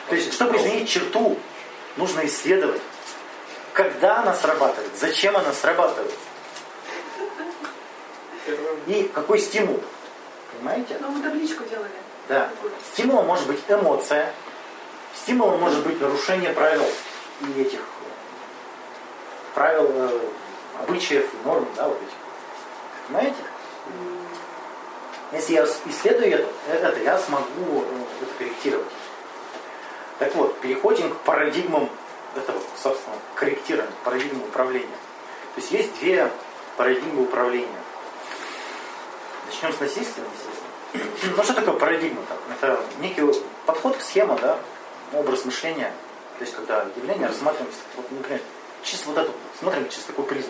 То есть, чтобы изменить черту, нужно исследовать, когда она срабатывает, зачем она срабатывает. И какой стимул. Понимаете? Ну, мы табличку делали. Да. Стимулом может быть эмоция, стимулом может быть нарушение правил и этих правил, обычаев, норм, да, вот этих. Понимаете? Если я исследую это, я смогу это корректировать. Так вот, переходим к парадигмам этого, собственно, корректирования, парадигмы управления. То есть есть две парадигмы управления. Начнем с насильственной, естественно. Ну что такое парадигма? Это некий подход, схема, да, образ мышления. То есть когда явление рассматриваем, вот, например, чисто вот это, смотрим через такой призму.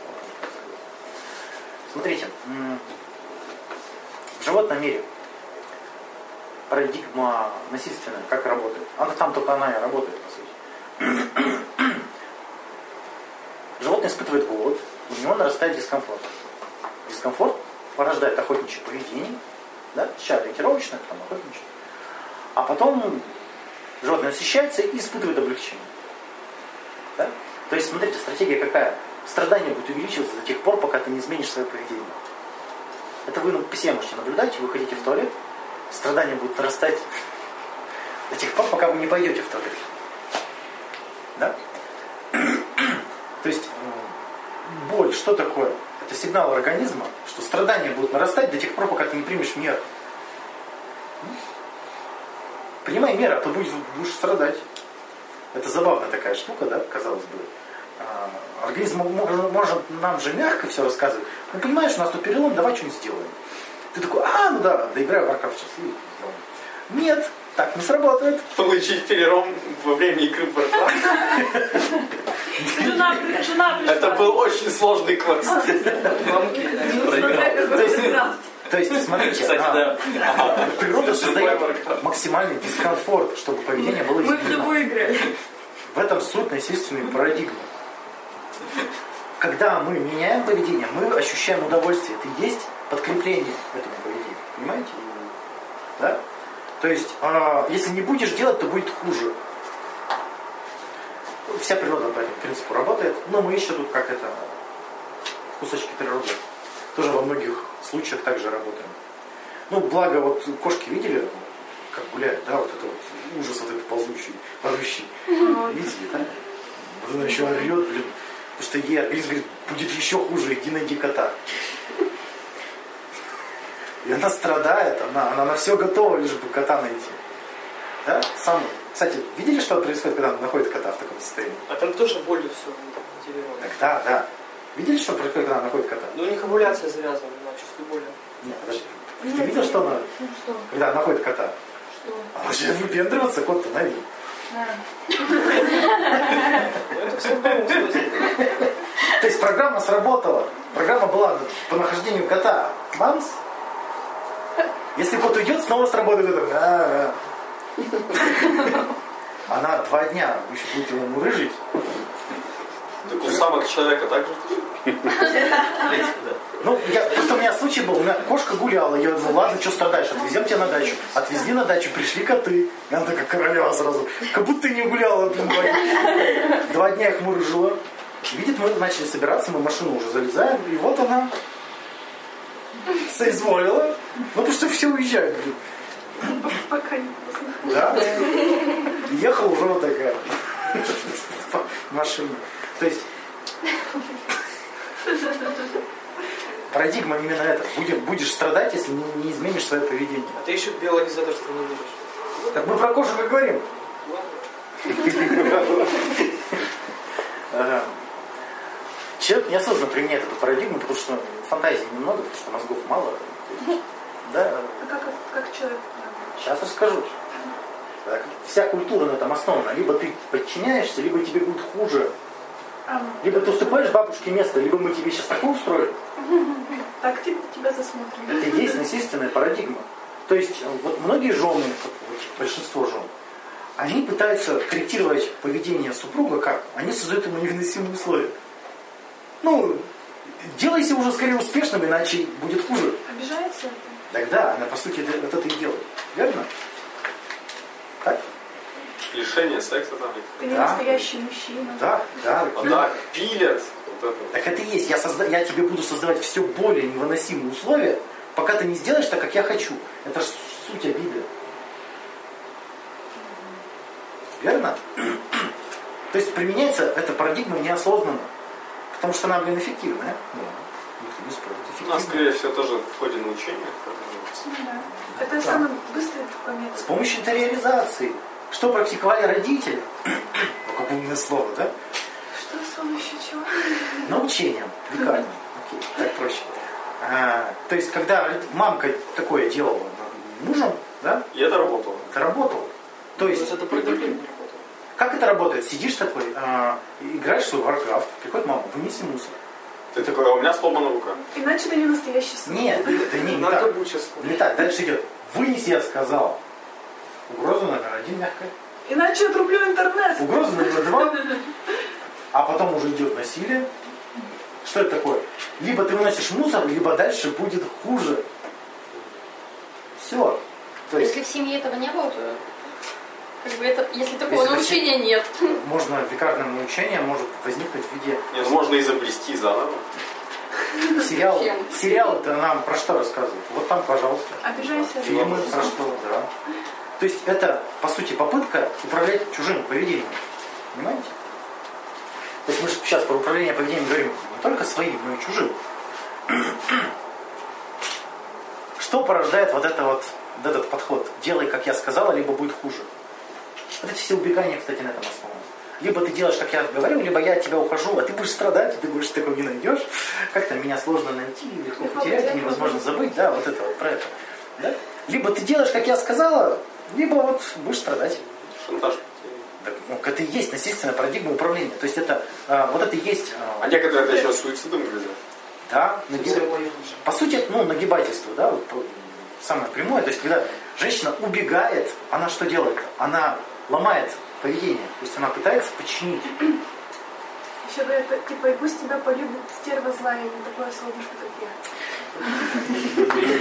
Смотрите, в животном мире парадигма насильственная, как работает? Там только она и работает, по сути. Животное испытывает голод, у него нарастает дискомфорт. Дискомфорт порождает охотничье поведение, да, сначала ориентировочное, потом охотничье. А потом животное насыщается и испытывает облегчение. Да? То есть, смотрите, стратегия какая? Страдание будет увеличиваться до тех пор, пока ты не изменишь свое поведение. Это вы по себе можете наблюдать, вы ходите в туалет, страдания будут нарастать до тех пор, пока вы не пойдете в туалет. Да? То есть, боль, что такое? Это сигнал организма, что страдания будут нарастать до тех пор, пока ты не примешь меры. Принимай меры, а то будешь страдать. Это забавная такая штука, да, казалось бы. Организм может нам же мягко все рассказывать. Ну, понимаешь, у нас тут перелом, давай что-нибудь сделаем. Ты такой, ну да, доиграю в Warcraft сейчас и сделаем. Нет, так не сработает. Получить перелом во время игры в Warcraft. Жена пришла. Это был очень сложный квест. То есть, смотрите, природа создает максимальный дискомфорт, чтобы поведение было изменено. Мы в него играли. В этом суть насильственной парадигмы. Когда мы меняем поведение, мы ощущаем удовольствие. Это и есть подкрепление этому поведению. Понимаете? Да? То есть, если не будешь делать, то будет хуже. Вся природа по этому принципу работает, но мы еще тут как это кусочки природы. Тоже во многих случаях также работаем. Ну, благо, вот кошки видели, как гуляют, да, вот это вот ужас вот этот ползущий, орущий. Видите, да? Вот она еще орет, блин, потому что ей организм говорит, будет еще хуже, иди найди кота. И она страдает, она на все готова, лишь бы кота найти. Да? Кстати, видели, что происходит, когда она находит кота в таком состоянии? А там тоже болью все мотивировано. Так, да. Видели, что происходит, когда она находит кота? Ну, у них овуляция завязана на чувстве боли. Нет, подожди. Ты видел, что она, когда она находит кота? Что? Она начинает выпендриваться, кот-то на вид. Это все в том смысле. То есть программа сработала. Программа была по нахождению кота. Мамс. Если кот уйдет, снова сработает это. Она 2 дня еще будет его мурыжить. Так у самок человека так же? Ну, просто у меня случай был, у меня кошка гуляла, я говорю, ну ладно, что страдаешь, отвезем тебя на дачу. Отвезли на дачу, пришли коты. И она такая королева сразу. Как будто ты не гуляла, блин, 2 дня. 2 дня их мурыжила. Видит, мы начали собираться, мы в машину уже залезаем, и вот она соизволила. Ну, потому что все уезжают, блин. Пока не поздно. Да? Ехала уже вот такая в машине. То есть парадигма именно это. Будешь страдать, если не изменишь свое поведение. А ты еще биологизаторство не видишь. Так мы про кошек и говорим. Человек неосознанно применяет эту парадигму, потому что фантазии немного, потому что мозгов мало. Да. А как человек? Сейчас расскажу. Вся культура на этом основана. Либо ты подчиняешься, либо тебе будет хуже. Либо ты уступаешь бабушке место, либо мы тебе сейчас такое устроим. Так тебя засмотрим. Это и есть насильственная парадигма. То есть вот многие жены, большинство жен, они пытаются корректировать поведение супруга как? Они создают ему невыносимые условия. Ну, делайся уже скорее успешным, иначе будет хуже. Обижается это? Тогда она, по сути, вот это и делает. Верно? Так? Лишение секса там. Ты не Да. настоящий мужчина. Да, да. А да, пилят. Вот это. Так это и есть. Я тебе буду создавать все более невыносимые условия, пока ты не сделаешь так, как я хочу. Это ж суть обиды. Верно? То есть применяется эта парадигма неосознанно. Потому что она, эффективная. Да. Никто не спорит. У нас, Эффективная. скорее всего, тоже в ходе научения. Да. Это Да. самый быстрый такой метод. С помощью интериоризации. Что практиковали родители? Ну, как умное слово, да? Что с помощью чего? Научением. Векальным. Окей, так проще. То есть, когда мамка такое делала мужем, да, И это работало. это работало. То есть, это продавление работает. как это работает? Сидишь такой, играешь в свой Warcraft, приходит мама, вынеси мусор. Ты такой, а у меня сломана рука. Иначе ты не настоящий сын. Нет, это не Надо так. будет сейчас. Не так, дальше идет. Вынеси, я сказал. Угроза номер 1 мягкая. Иначе я отрублю интернет. Угроза номер 2. А потом уже идет насилие. Что это такое? Либо ты выносишь мусор, либо дальше будет хуже. Все. То есть Если в семье этого не было, то как бы это, если такого Если научения нет. можно викарное научение может возникнуть в виде Нет, можно изобрести заново. сериала. Чем? Сериал это нам про что рассказывают? Вот там, пожалуйста. Обижайся. Фильмы про что, да. То есть это, по сути, попытка управлять чужим поведением. Понимаете? То есть мы же сейчас про управление поведением говорим не только своим, но и чужим. Что порождает вот этот подход? Делай, как я сказала, либо будет хуже. Вот эти все убегания, кстати, на этом основаны. Либо ты делаешь, как я говорю, либо я от тебя ухожу, а ты будешь страдать, и ты будешь такого не найдешь. Как-то меня сложно найти, легко потерять, невозможно забыть. Да, вот это вот про это. Да? Либо ты делаешь, как я сказала, либо вот будешь страдать. Шантаж. Так, это и есть насильственная парадигма управления. То есть это вот это и есть. А некоторые это еще суицидом грозят. Да, по сути, это нагибательство, да, вот, самое прямое. То есть, когда женщина убегает, она что делает? Она ломает поведение. То есть она пытается подчинить. Еще говорят, типа, и пусть тебя полюбит стерва злая, не такое солнышко, как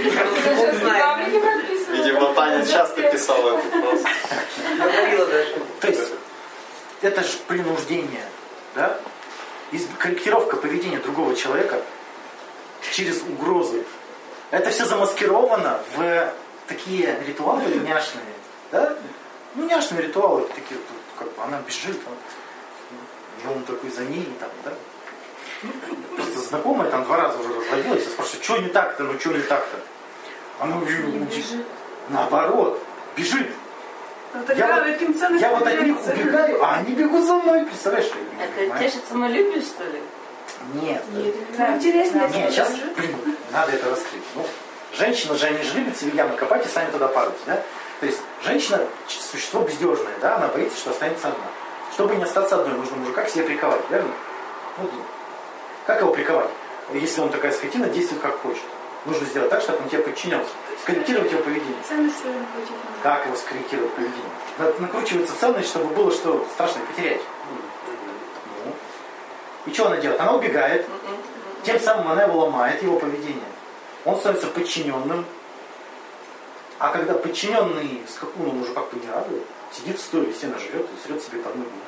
я. Видимо, Таня часто писала этот вопрос. Говорила даже. То есть это же принуждение, да? Корректировка поведения другого человека через угрозы. Это все замаскировано в такие ритуалы няшные, да? Ну, няшные ритуалы такие, как бы она бежит, и он такой за ней, там, да? Просто знакомая там 2 раза уже разводилась, я спрашиваю, что не так-то, ну что не так-то? Она бежит. Наоборот, бежит. Я вот от них убегаю, а они бегут за мной, представляешь? Это тешит самолюбие, что ли? Нет. Интересно, Нет, сейчас, надо это раскрыть. Ну, женщина же, они же любят себе ямы копать и сами туда падать, да? То есть, женщина существо бездежное, да, она боится, что останется одна. Чтобы не остаться одной, нужно мужика к себе приковать, верно? Ну, как его приковать? Если он такая скотина, действует как хочет. Нужно сделать так, чтобы он тебе подчинялся. Скорректировать его поведение. Ценность свою находить. Как его скорректировать поведение? Накручивается ценность, чтобы было что страшно потерять. Ну. И что она делает? Она убегает. Тем самым она его ломает, его поведение. Он становится подчиненным. А когда подчиненный скакун, он уже как-то не радует, сидит в стойле, сено жрет и срет себе под ноги.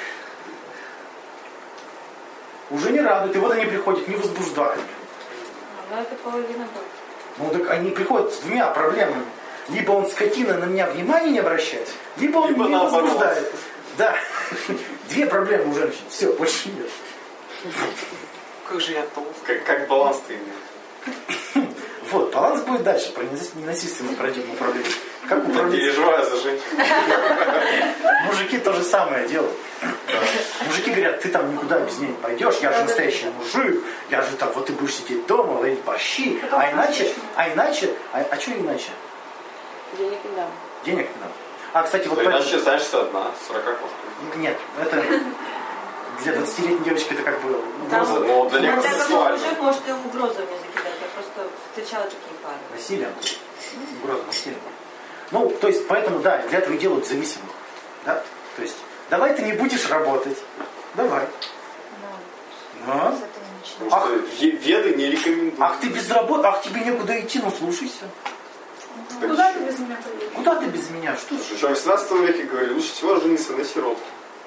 Уже не радует. И вот они приходят, не возбуждают. Ну, это половина будет. Ну так они приходят с 2 проблемами. Либо он скотина, на меня внимания не обращает, либо он Либо не наоборот. возбуждает. Да. 2 проблемы у женщин. Все, больше нет. Как же я толстый. Как баланс ты имеешь? Вот, баланс будет дальше про ненасильственную парадигму управления. Как Не управлять? переживаю за женщин. Мужики то же самое делают. Мужики говорят, ты там никуда без меня не пойдешь, я же настоящий мужик, я же там, вот ты будешь сидеть дома, варить борщи, а иначе, что иначе? Денег не дам. Денег не надо. А, кстати, вот Иначе останешься одна, 40 кошками. Нет, это для 20-летней девочки это как бы Там, угроза. Ну, для некоторых Когда сексуально. мужик может и угрозами закидать. Я просто встречала такие пары. Насилие. Угроза насилия. Ну, то есть, поэтому, да, для этого и делают зависимых. Да? То есть, давай ты не будешь работать. Давай. Но. Потому что веды не рекомендуют. Ах, ты без работы, ах, тебе некуда идти, ну слушайся. Куда ты без меня поедешь? Куда ты без меня? Что ж? Еще в 18 веке говорили, лучше всего жениться на сиротке.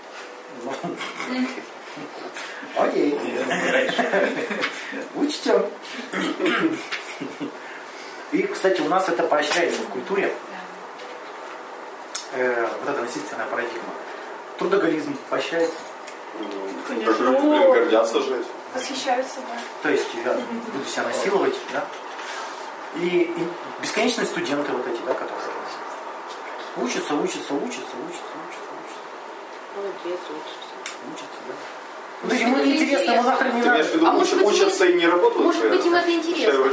Окей. Учтем. И, кстати, у нас это поощряется в культуре. Вот эта насильственная парадигма. Трудоголизм поощряется. Конечно. Как люди, блин, гордятся жить. Восхищаются, да. То есть я буду себя насиловать, да? И бесконечные студенты вот эти, да, которые учатся. Молодец, учишься. Учатся, да. Вот эти мы неинтересно, мы нахрен не Ты имеешь в надо. виду, может быть, учатся и не работают? может быть, им это интересно.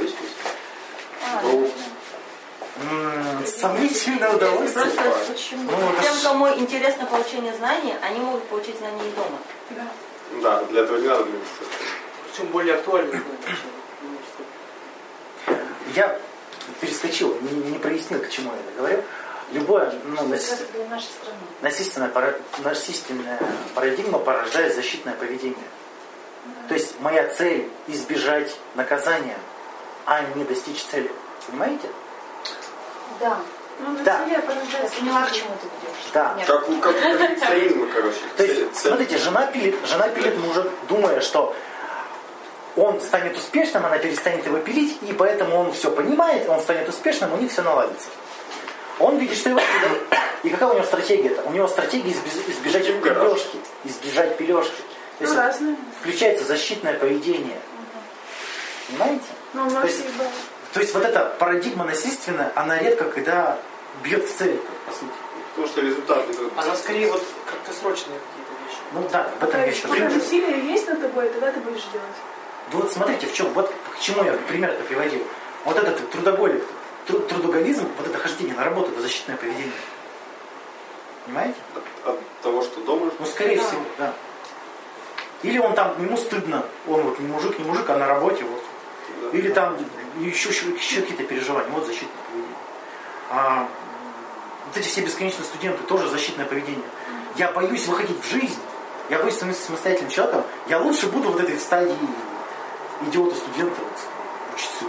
Сомнительное удовольствие. Просто почему? Ну, это Тем, ж- кому интересно получение знаний, они могут получить знания и дома. Да. Да, для этого не надо в университет. Причем более актуально, чем университет. Я перескочил, не прояснил, к чему я это говорю. Любое, насильственная парадигма порождает защитное поведение. То есть моя цель избежать наказания, а не достичь цели. Понимаете? Да. Ну, Да. насилие Я порождается. поняла, к чему ты ведешь. Да. Нет. Как у капитализма, короче. То есть, смотрите, жена пилит мужа, думая, что он станет успешным, она перестанет его пилить, и поэтому он все понимает, он станет успешным, у них все наладится. Он видит, что его пилят. И какая у него стратегия-то? У него стратегия избежать пилежки. Избежать пилежки. То есть разные. включается защитное поведение. Понимаете? Но у То нас есть, всегда. то есть вот эта парадигма насильственная, она редко когда бьет в цель, по сути. Потому что результат не тот. Она скорее вот краткосрочные какие-то вещи. Ну да, об этом То я есть, еще пока говорю. насилие есть над тобой, тогда ты будешь делать. Да вот смотрите, в чем, вот к чему я пример-то приводил. Вот этот трудоголик, трудоголизм, вот это хождение на работу, это защитное поведение. Понимаете? От того, что дома. Ну, скорее всего, да. Или он там, ему стыдно, он вот не мужик, а на работе, вот. Да. Или там еще какие-то переживания, вот защитное поведение. А вот эти все бесконечные студенты, тоже защитное поведение. Я боюсь выходить в жизнь, я боюсь становиться самостоятельным человеком, я лучше буду вот этой стадии идиота-студента, вот, учиться.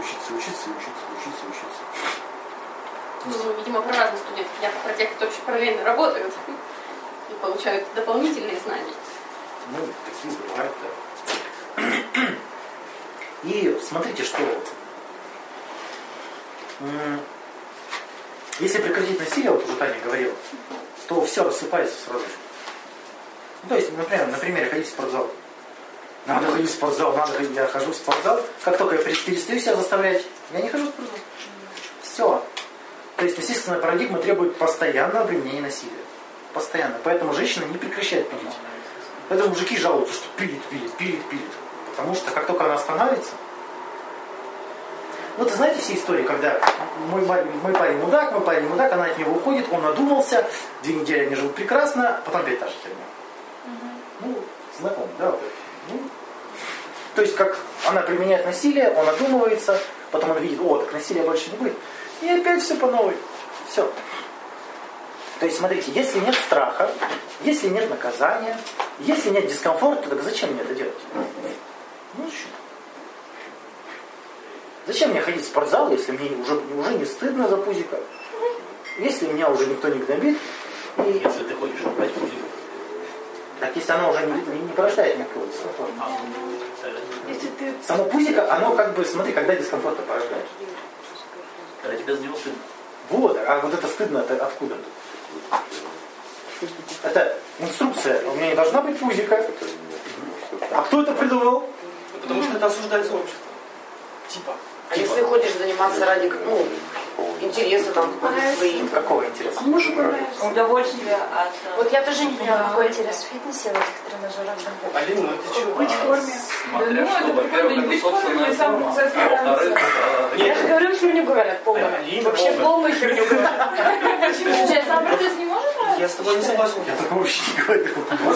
Ну, видимо, про разных студентов. Я про тех, кто вообще параллельно работают и получают дополнительные знания. Ну, такие бывают, да. И смотрите, что если прекратить насилие, вот уже Таня говорила, то все рассыпается сразу же. Ну, то есть, например, ходить в спортзал. Надо ходить в спортзал, я хожу в спортзал. Как только я перестаю себя заставлять, я не хожу в спортзал. Все. То есть насильственная парадигма требует постоянного применения насилия. Постоянно. Поэтому женщина не прекращает пилить. Поэтому мужики жалуются, что пилит. Потому что как только она останавливается... Ну, ты знаете все истории, когда мой парень мудак, она от него уходит, он надумался, 2 недели они живут прекрасно, потом опять та же херня. Ну, знаком, да, вот это. Ну, то есть, как она применяет насилие, он одумывается, потом он видит, так насилия больше не будет. И опять все по новой. Все. То есть, смотрите, если нет страха, если нет наказания, если нет дискомфорта, так зачем мне это делать? Ну, что? Зачем мне ходить в спортзал, если мне уже не стыдно за пузика? Если меня уже никто не гнобит, и... Если ты ходишь брать пузик. Так если оно уже не порождает никакого дискомфорта. Если ты... Само пузико, оно как бы, смотри, когда дискомфорт порождает. Когда тебе за него стыдно. Вот, а вот это стыдно, это откуда? Это инструкция. У меня не должна быть пузика. А кто это придумал? Потому что это осуждается обществом. Типа. А если ходишь заниматься ради, интереса там свои? Какого интереса? Мужу понравится. Удовольствие от... Вот я тоже не поняла, какой интерес в фитнесе, в этих тренажерах. Алина, ну ты чего? Быть в форме. Смотря что, во-первых, это собственная форма, а во-вторых, Я же говорю, херню говорят, полную. Алина, Вообще полная. полную херню говорят. Почему? Сам процесс не может нравиться? Я с тобой не согласен. Я такого вообще не говорю.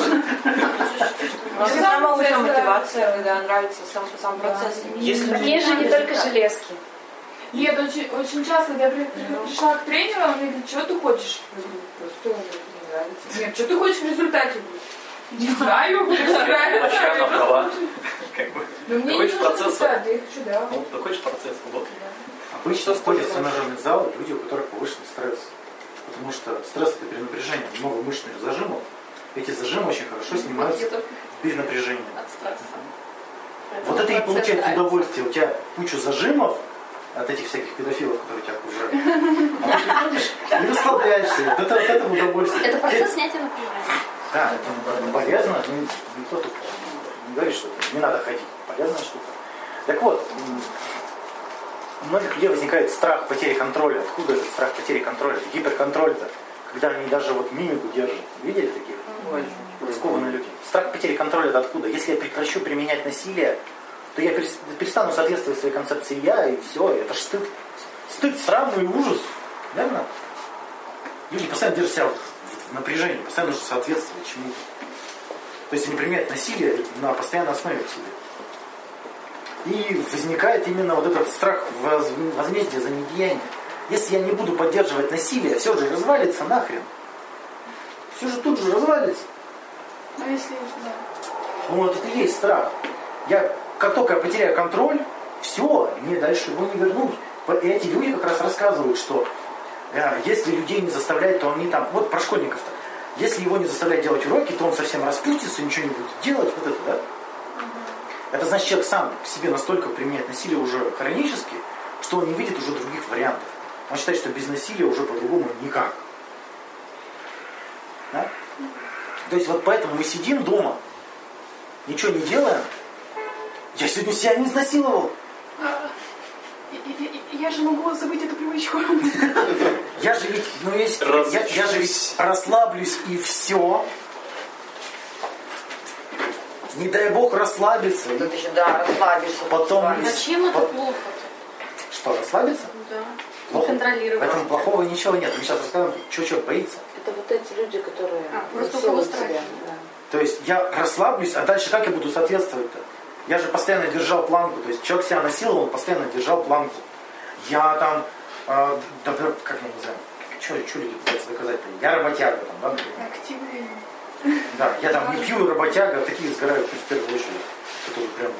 Вообще самая лучшая мотивация, когда нравится сам процесс. Если Мне же не только железки. Нет, очень часто, когда я пришла к тренеру, он мне говорит, что ты хочешь? Я говорю, просто мне нравится. Нет, что ты хочешь в результате? Не знаю, мне нравится. вообще она права. Как бы. Но мне Ты не хочешь нужен процесса? результат, я хочу, да. Ну, ты хочешь процесс, вот. Обычно ходят в тренажерный зал люди, у которых повышенный стресс. Потому что стресс это перенапряжение, много мышечных зажимов. Эти зажимы очень хорошо снимаются без напряжения. От стресса. Вот это и получается удовольствие. У тебя куча зажимов от этих всяких педофилов, которые тебя окружают. А ты приходишь и расслабляешься. Вот это удовольствие. Это процесс снятия напряжения. Да, это полезно. Никто тут не говорит, что это не надо ходить. Полезная штука. Так вот, у многих людей возникает страх потери контроля. Откуда этот страх потери контроля? Это гиперконтроль-то. Когда они даже вот мимику держат. Видели таких? Скованные люди. Страх потери контроля это откуда? Если я прекращу применять насилие, то я перестану соответствовать своей концепции я, и все. Это же стыд. Стыд, срам и ужас. Верно? Люди постоянно держат себя в напряжении, постоянно нужно соответствовать чему-то. То есть они применяют насилие на постоянной основе к себе. И возникает именно вот этот страх возмездия за недеяние. Если я не буду поддерживать насилие, все же развалится нахрен. Все же тут же развалится. А если... Да. Вот это и есть страх. Как только я потеряю контроль, все, мне дальше его не вернуть. И эти люди как раз рассказывают, что если людей не заставлять, то они там... Вот про школьников-то. Если его не заставлять делать уроки, то он совсем распустится, ничего не будет делать. Вот это, да? Это значит, человек сам к себе настолько применяет насилие уже хронически, что он не видит уже других вариантов. Он считает, что без насилия уже по-другому никак. Да? То есть вот поэтому мы сидим дома, ничего не делаем. Я сегодня себя не изнасиловал. Я же могу забыть эту привычку. Я же ведь, я же ведь расслаблюсь и все. Не дай бог расслабиться. Ну, ты еще, да, расслабишься. Потом... Зачем это плохо? Что, расслабиться? Да. Плохо. Контролировать. В этом плохого ничего нет. Мы сейчас расскажем, чего человек боится. Это вот эти люди, которые... просто у кого страхи. Да. То есть я расслаблюсь, а дальше как я буду соответствовать-то? Я же постоянно держал планку. То есть человек себя насиловал, он постоянно держал планку. Я там, как я не знаю, что люди пытаются доказать-то? Я работяга там, да, например? Активные. Да, я там не пью, работяга, такие сгорают в первую очередь, которые прям...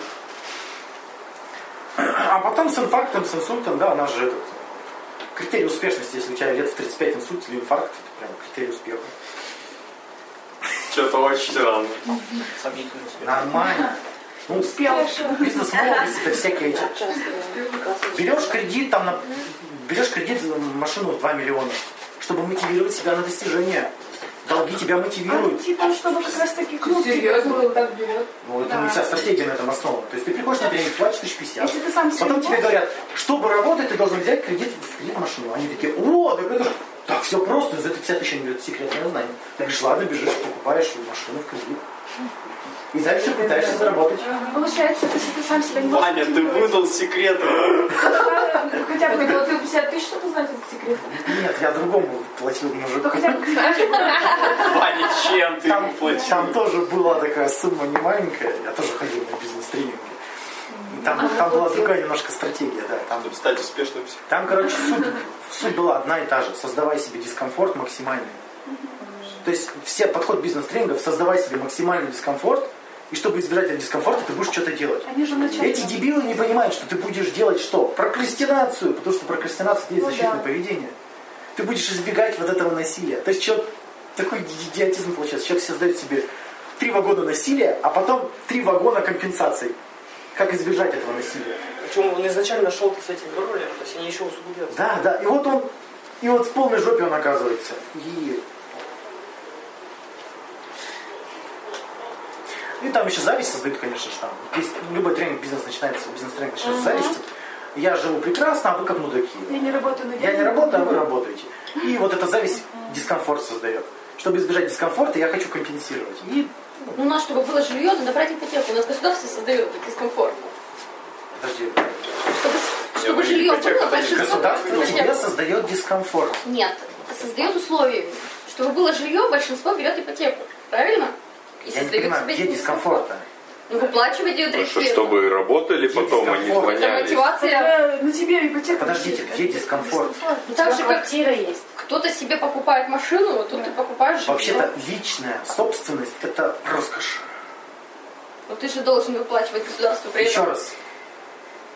А потом с инфарктом, с инсультом, да, она же этот... Критерий успешности, если у тебя лет в 35 инсульт или инфаркт, это прям критерий успеха. Что-то очень странно. Сомнительный успех. Нормально. Ну, бизнес-молодость, это всякие эти... Берешь кредит, за машину в 2 миллиона, чтобы мотивировать себя на достижение. Долги тебя мотивируют. Типа, чтобы как раз таки кнопки. Серьезно, так берет. Ну, это не вся стратегия на этом основана. То есть ты приходишь на тренинг, платишь 1050. Если ты сам Потом тебе говорят, чтобы работать, ты должен взять кредит в машину. Они такие, о, так это же... Так, все просто, за это 50 тысяч идет секретное знание. Ты говоришь, ладно, бежишь, покупаешь машину в кредит. И дальше пытаешься заработать. Получается, если ты сам себя не можешь... Ваня, ты выдал секреты. Хотя бы платил 50 тысяч, чтобы знать этот секрет. Нет, я другому платил мужику. То хотя бы... Ваня, чем ты ему платил? Там тоже была такая сумма не маленькая. Я тоже ходил на бизнес-тренинги. Там была другая немножко стратегия, да. Чтобы стать успешным психологом. Там, короче, суть была одна и та же. Создавай себе дискомфорт максимальный. То есть подход бизнес-тренингов, создавай себе максимальный дискомфорт, и чтобы избежать этого дискомфорта, ты будешь что-то делать. Эти дебилы не понимают, что ты будешь делать что? Прокрастинацию, потому что прокрастинация есть защитное поведение. Ты будешь избегать вот этого насилия. То есть человек, такой идиотизм получается. Человек создает себе 3 вагона насилия, а потом 3 вагона компенсаций. Как избежать этого насилия? Причем он изначально шел с этим ролем, то есть они еще усугубятся. Да. И вот в полной жопе он оказывается. И там еще зависть создают, конечно же, там. Любой тренинг бизнес-тренинг начинается с зависти. Я живу прекрасно, а вы как мудаки. Я не работаю, Я не работаю, а вы работаете. И вот эта зависть дискомфорт создает. Чтобы избежать дискомфорта, я хочу компенсировать. У нас, чтобы было жилье, надо брать ипотеку. У нас государство создает дискомфорт. Подожди. Чтобы жилье было, большинство... Государство тебе создает дискомфорт. Нет, создает условия. Чтобы было жилье, большинство берет ипотеку. Правильно? И Я не понимаю, где дискомфорт-то? Ну, выплачивать ее 30 лет. Чтобы работали потом, а не Это звонялись. мотивация. На тебе ипотека. Подождите, где дискомфорт? Ну, так же, как Квартира есть. кто-то себе покупает машину, а тут ты покупаешь жилье. Вообще-то личная собственность – это роскошь. Но ты же должен выплачивать государству при этом. Еще раз.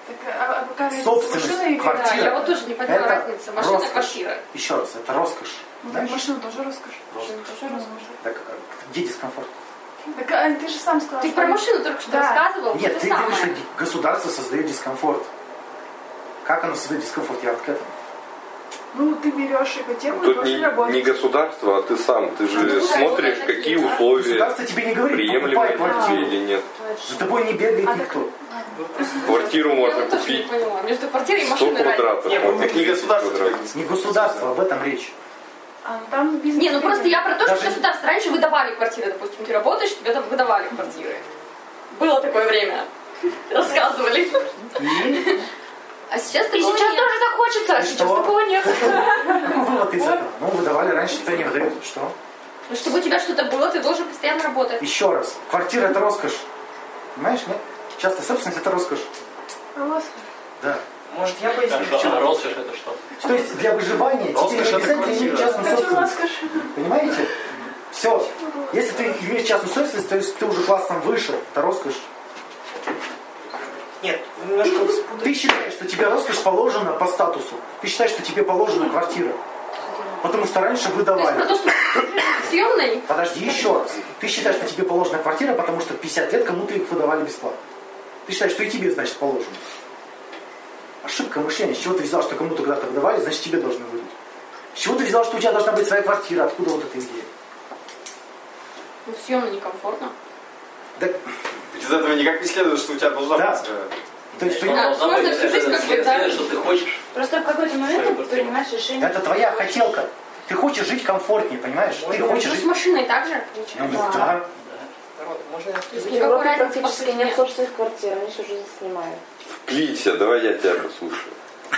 Так, а какая разница, Собственность, машина или квартира. Да, я вот тоже не поняла Это разницы. Машина, роскошь. квартира. Еще раз, это роскошь. Ну, Знаешь? машина тоже роскошь. Машина тоже роскошь. Так, где дискомфорт? Так, ты же сам сказал. Ты что- про машину только что Да. рассказывал. Нет, то ты же говоришь, что самое. государство создает дискомфорт. Как оно создает дискомфорт? Я вот к этому. Ну, ты берешь ипотеку и Тут можешь не работать. государство, а ты сам. Ты же Ну, смотришь, да, какие да. условия, Государство тебе не говорит, приемлемые покупай тебе квартиру. или нет. За тобой не бегает никто. Квартиру Я можно вот тоже не купить поняла. Между квартирой и 100 машиной разница. квадратов. Нет, можно это не купить государство. 100 квадратов. Не государство, об этом речь. А, ну, там бизнес. Не, ну просто я про то, что Даже- государство раньше выдавали квартиры. Допустим, ты работаешь, тебе там выдавали квартиры. Было такое время. Рассказывали. И А сейчас И такого сейчас нет. тоже так хочется, а И сейчас что? такого нет. какой вывод из этого? Ну, выдавали раньше, теперь не выдают. Что? Ну, чтобы у тебя что-то было, ты должен постоянно работать. Еще раз. Квартира это роскошь. Понимаешь, нет? Часто собственность это роскошь. Роскошь. Да. Может, я поясню, в Хорошо, а чем? роскошь это что? То есть для выживания тебе Роскошь не это обязательно квартира. иметь частную Хочу собственность. роскошь. Понимаете? Все. Если ты имеешь частную собственность, то есть ты уже классом выше. Это роскошь. Нет, вы немножко спутали. Ты считаешь, что тебе роскошь положена по статусу. Ты считаешь, что тебе положена квартира. Потому что раньше То есть выдавали. про то, что съемный. Подожди еще раз. Ты считаешь, что тебе положена квартира, потому что 50 лет кому-то их выдавали бесплатно. Ты считаешь, что и тебе, значит, положено. Ошибка мышления. С чего ты взял, что кому-то когда-то выдавали, значит, тебе должны выдать. С чего ты взял, что у тебя должна быть своя квартира? Откуда вот эта идея? Ну, съемно некомфортно. Да, Из этого никак не следует, что у тебя должна Да. быть... то есть, Да, понимаешь, можно всю жизнь как бы, да. что ты хочешь. Просто в какой-то момент ты принимаешь решение. это твоя хотелка. Ты хочешь жить комфортнее, понимаешь? Ты хочешь Ну, с жить... машиной так же Ну, получается. да. Народ, можно я То есть скажу? В никакой Европе разницы практически по нет цене. собственных квартир, они всю жизнь снимают. Вклинься, давай я тебя послушаю.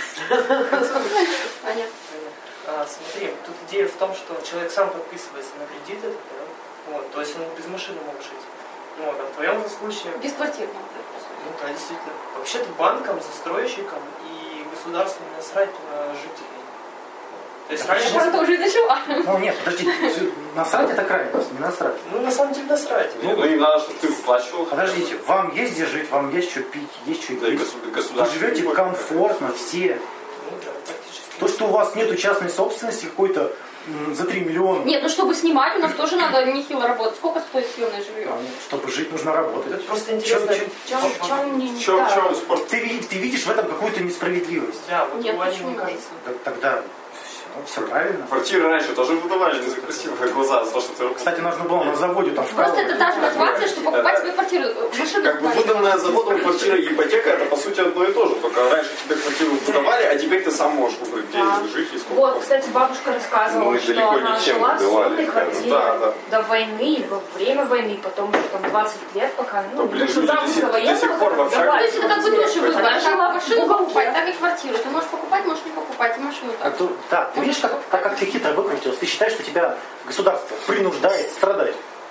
Понятно. Смотри, тут идея в том, что человек сам подписывается на кредит этот, да? Вот, то есть он без машины может жить. Вот, а в твоем же случае, Без квартиры. по сути. ну да, действительно, вообще-то банкам, застройщикам и государству насрать на жителей. То есть Да раньше, Я про то уже и начала. Ну нет, подожди. Насрать это крайность, не насрать. ну на самом деле насрать. Ну, им надо, чтобы ты выплачивал. Подождите, вам есть где жить, вам есть что пить, есть что Да, и есть. Вы государство. живете комфортно все. Ну да, практически. То, что у вас нету частной собственности какой-то за 3 миллиона, Нет, ну чтобы снимать, у нас тоже надо нехило работать. Сколько стоит съемное жилье? чтобы жить, нужно работать. Это просто интересно. В чем не В чем спорт? Ты видишь в этом какую-то несправедливость. Да, вот Нет, у Ани, почему? мне кажется. Тогда все правильно. Квартиры раньше тоже выдавали не за красивые глаза, за то, что ты... Кстати, нужно было на заводе там Просто это вкалывать. та же мотивация, что покупать себе квартиру. Машину Как бы покупать. выданная заводом квартира и ипотека, это по сути одно и то же. Только раньше тебе квартиру выдавали, а теперь ты сам можешь выбрать, где жить и сколько. Вот, кстати, бабушка рассказывала, Ну, и что далеко не она всем жила в выдавали, съемной квартире да. до войны, и во время войны, потом уже там 20 лет, пока, Да, ну, блин, потому что люди замуж до за сих военного пор в общаге. Ну, то давали есть это как бы квартиру. дольше выбор. Она Как жила в машину уголке. покупать, так и квартиру. Ты можешь покупать, можешь не покупать, и машину так. Так, ты видишь, как ты хитро выкрутилась? Ты считаешь, что тебя государство принуждает страдать.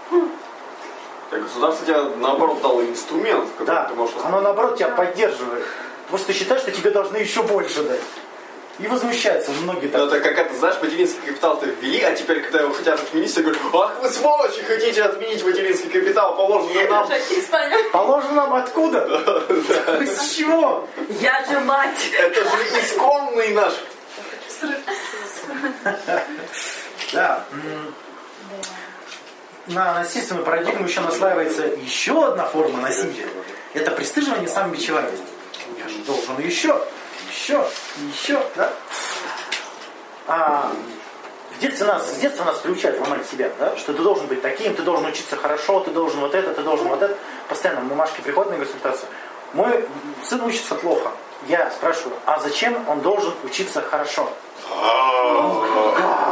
Государство тебе наоборот дало инструмент, который Да, ты можешь... оно наоборот тебя поддерживает. Потому что ты считаешь, что тебе должны еще больше дать. И возмущаются многие Ну, так. это как это, знаешь, материнский капитал-то ввели, а теперь, когда его хотят отменить, все говорят: ах вы сволочи, хотите отменить материнский капитал, положенный нам. Положено нам откуда? С чего? Я же мать! Это же исконный наш. Да. На насильственную парадигму еще наслаивается еще одна форма насилия. Это пристыживание самобичевания. Я же должен еще, да? С детства нас приучают ломать себя, да? Что ты должен быть таким, ты должен учиться хорошо, ты должен вот это, ты должен вот это. Постоянно бумажки приходят на консультацию. Мой сын учится плохо. Я спрашиваю, а зачем он должен учиться хорошо? Ну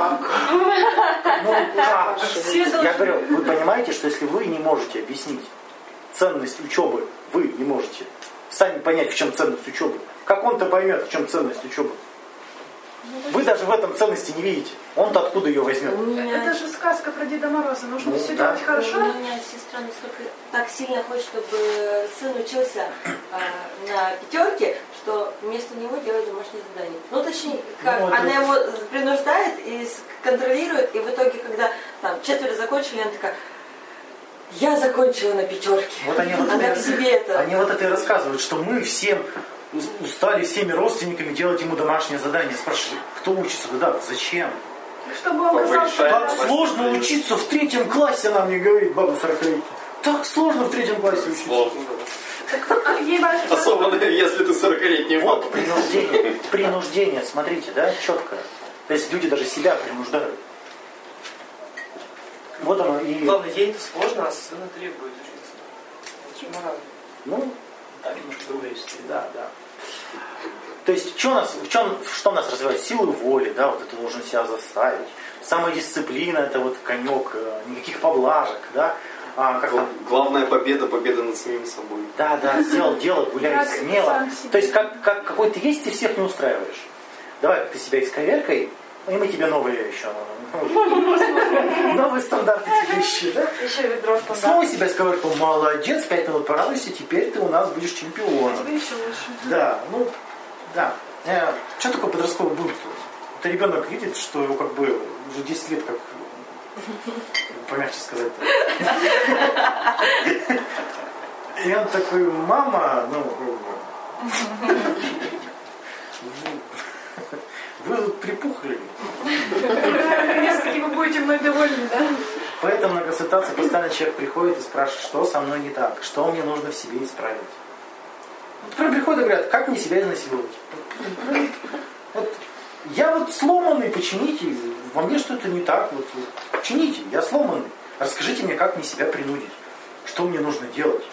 как? Я говорю, вы понимаете, что если вы не можете объяснить ценность учебы, вы не можете сами понять, в чем ценность учебы. Как он-то поймет, в чем ценность учебы? Вы даже в этом ценности не видите. Он-то откуда ее возьмет? Это же сказка про Деда Мороза. Нужно Ну, все да. делать хорошо. У меня сестра настолько так сильно хочет, чтобы сын учился на пятерке, что вместо него делает домашнее задание. Ну, точнее, как Ну, это- она его принуждает и контролирует, и в итоге, когда там 4 закончили, она такая: я закончила на пятерке. Вот они вот Она это, к себе это. они вот это и рассказывают, что мы всем устали всеми родственниками делать ему домашнее задание. Спрашиваю, кто учится? Да, зачем? Чтобы он казался... Так сложно учиться в 3 классе, она мне говорит, баба 40-летняя. Так сложно в 3 классе учиться. Сложно. Ей важно... Особенно если ты 40-летний. Вот принуждение, смотрите, да, четко. То есть люди даже себя принуждают. Вот оно и... Главное, ей это сложно, а сына требует учиться. Это очень морально. Ну, да, немножко другая история, да. То есть, что нас развивает? Силу воли, да, вот это должен себя заставить. Самодисциплина, это вот конек, никаких поблажек, да. Главная победа над самим собой. Да, сделал дело, гуляй смело. То есть, как какой ты есть, ты всех не устраиваешь. Давай ты себя исковеркай, и мы тебе новые еще. Новые стандарты тебе еще, да? Еще ведро стандартов. Снова себя исковеркал, молодец, 5 минут порадуйся, теперь ты у нас будешь чемпионом. Тебе еще лучше. Да, да. Что такое подростковый бунт? Это ребенок видит, что его как бы уже 10 лет как... Помягче сказать-то. И он такой, мама, вы тут припухли. Если вы будете мной довольны, да? Поэтому на консультацию постоянно человек приходит и спрашивает, что со мной не так, что мне нужно в себе исправить. Потом приходят и говорят, как мне себя изнасиловать? Вот, я вот сломанный, почините, во мне что-то не так, вот, почините, я сломанный. Расскажите мне, как мне себя принудить, что мне нужно делать.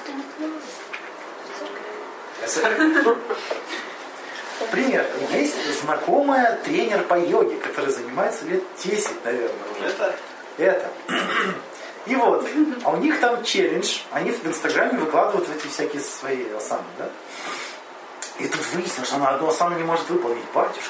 Пример. Есть знакомая тренер по йоге, которая занимается лет 10, наверное, уже. Это. И вот, а у них там челлендж, они в Инстаграме выкладывают эти всякие свои асаны, да? И тут выяснилось, что она одну асану не может выполнить, батюшка.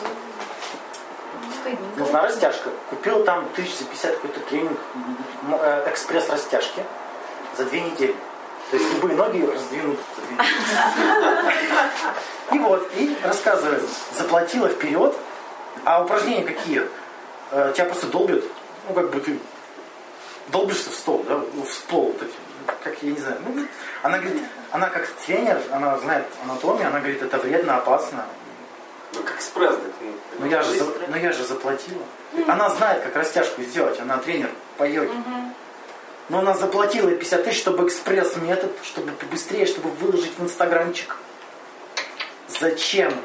Нужна растяжка. Купил там 1050 какой-то тренинг, экспресс-растяжки за 2 недели. То есть любые ноги раздвинут за 2 недели. И вот, и рассказывает, заплатила вперед, а упражнения какие? Тебя просто долбят, как бы ты долбишься в стол, да, в пол вот эти, как я не знаю. Она говорит, она как тренер, она знает анатомию, она говорит, это вредно, опасно. Как экспресс. Но я же заплатила. Она знает, как растяжку сделать, она тренер по йоге. Но она заплатила 50 тысяч, чтобы экспресс-метод, чтобы побыстрее, чтобы выложить в инстаграмчик. Зачем?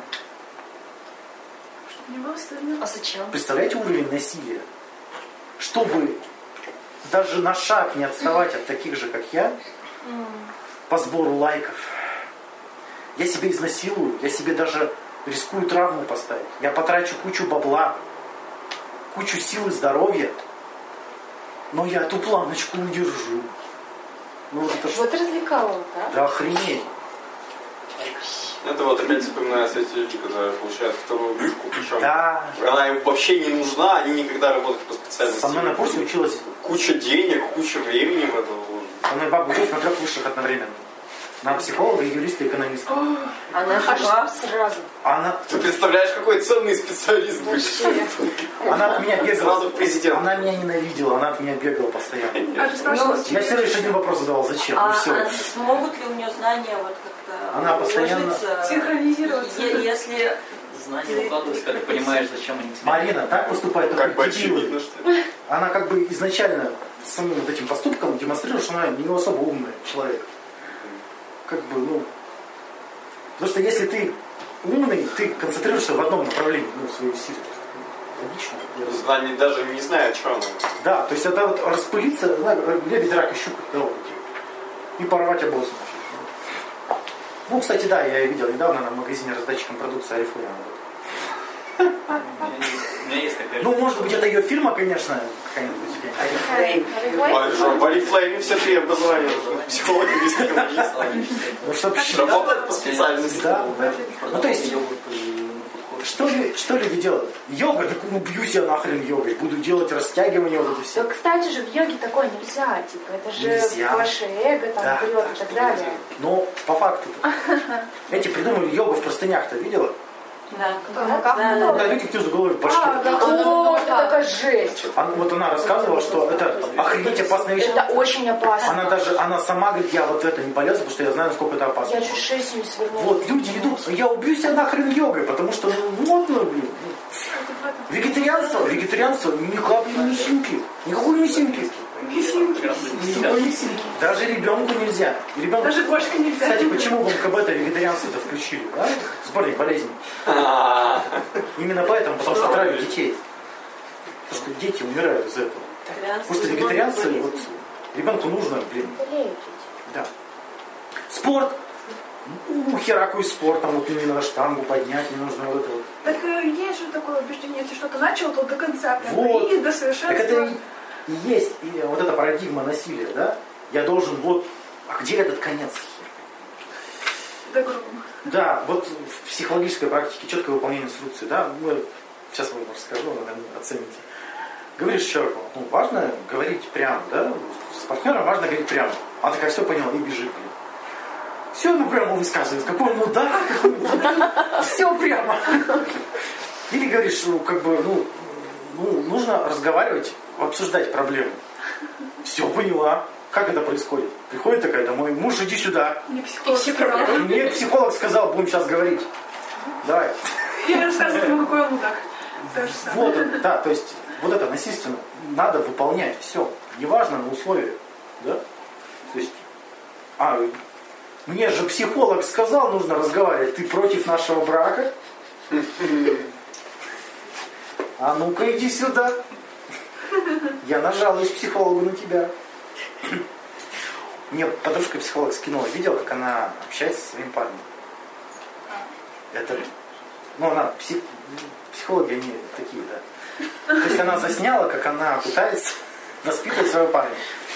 Мне было стыдно. А зачем? Представляете уровень насилия? Чтобы даже на шаг не отставать от таких же, как я, по сбору лайков. Я себя изнасилую, я себе даже рискую травму поставить. Я потрачу кучу бабла, кучу сил и здоровья, но я эту планочку удержу. Это вот развлекало, да? Да охренеть. Это вот опять вспоминаю эти люди, которые получают вторую вышку, причем она им вообще не нужна, они никогда работают по специальности. Со мной на курсе училась... Куча денег, куча времени в это вложено. Со мной баба училась на 3 высших одновременно. На психолога, юриста и экономиста. Она жива сразу. Ты представляешь, какой ценный специалист будешь? Она от меня бегала. Сразу в президент. Она меня ненавидела, она от меня бегала постоянно. А ты спрашивала? Я всего лишь один вопрос задавал, зачем? Смогут ли у нее знания вот как-то она постоянно синхронизироваться? Если знания укладываются, когда понимаешь, зачем они тебе. Марина так поступает, как бы дебилы. очевидно, что ли? Она как бы изначально самим вот этим поступком демонстрирует, что она не особо умный человек. Как бы, потому что если ты умный, ты концентрируешься в одном направлении, свою силу. Логично. Они даже не знают, что она. Да, то есть это вот распылиться, лебедь, рак и щука, и порвать обоз. Кстати, да, я видел недавно на магазине раздатчиком продукции Арифлейм. У меня есть такая... Может быть, это ее фирма, конечно, какая-нибудь. В Арифлейме все 3 образования уже. Психолог, юрист, экономист. Работают по специальности. Да. То есть, что люди делают? Йога, так бьюсь я нахрен йогой, буду делать растягивания вот это все. Да, кстати же, в йоге такое нельзя, это же нельзя. Ваше эго там вперед и так далее. Но по факту-то. Эти придумали йогу в простынях-то, видела? Да, люди книжную голову в башке. О, это такая жесть. Вот она рассказывала, что это охренеть опасная вещь. Это очень опасно. Она сама говорит, я вот это не полезу, потому что я знаю, насколько это опасно. Я чуть шею не свернула. Вот, люди идут, я убью себя нахрен йогой, потому что, модно, блин. Вегетарианство, ни капли мясинки. Никакой мясинки. Никакой мясинки. Даже ребенку нельзя. Даже кошке нельзя. Кстати, почему в МКБ-то вегетарианство-то включили, да? Сборник болезней. Именно поэтому, потому что травят детей. Потому что дети умирают из-за этого. Потому что вегетарианцы, вот, ребенку нужно, блин. Да. Спорт. Хераку из спортом, вот не надо штангу поднять, не нужно вот это вот. Так есть же такое убеждение, если что-то начал, то до конца, прям вот. И до совершенства. Так это и есть и вот эта парадигма насилия, да? Я должен вот, а где этот конец? Да, грубо. Да, вот в психологической практике четкое выполнение инструкции, да? Сейчас вам расскажу, наверное, оцените. Говоришь человеку, важно говорить прямо, да? С партнером важно говорить прямо. Она такая, все поняла, и бежит, блин. Все прямо высказывает, какой мудак, все прямо. Или говоришь, нужно разговаривать, обсуждать проблему. Все поняла. Как это происходит? Приходит такая домой, муж, иди сюда. Мне психолог сказал, будем сейчас говорить. Давай. Я рассказываю ему, какой он мудак. Вот он, да, то есть вот это насильственно надо выполнять все. Неважно на условия. Да? То есть, мне же психолог сказал, нужно разговаривать. Ты против нашего брака? А ну-ка иди сюда. Я нажалуюсь психологу на тебя. Мне подружка-психолог скинула видео, как она общается со своим парнем. Это, она психологи, они такие, да. То есть она засняла, как она пытается воспитывать своего парня.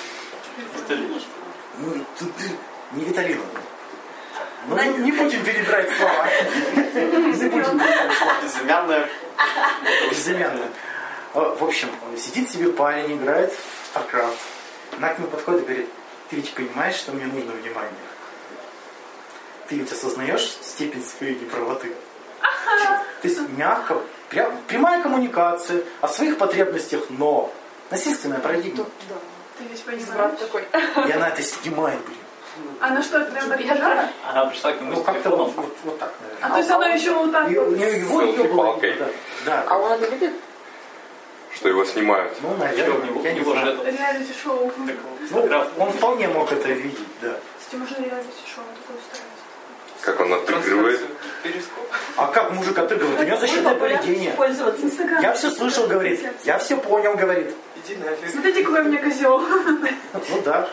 Не Виталину. Не будем перебирать слова. Не будем перебирать слова. Безымянная. Безымянная. В общем, сидит себе парень, играет в StarCraft. Она к нему подходит и говорит, ты ведь понимаешь, что мне нужно внимание? Ты ведь осознаешь степень своей неправоты? То есть мягко, прямая коммуникация о своих потребностях, но насильственная парадигма. Ты ведь понимаешь? Такой. И она это снимает, блин. Она что, прям добежала? Она пришла к нему как-то вот так, наверное. А то есть она еще вот так вот. Ее было, да. А он это видит? Что его снимают. Наверное, я не знаю. Реалити-шоу. Он вполне мог это видеть, да. Кстати, можно реалити-шоу такое устраивать. Как он отыгрывает. А как мужик отыгрывает? У него защитное поведение. Я все слышал, говорит. Я все понял, говорит. Иди нафиг. Смотрите, какой у меня козел. Ну да.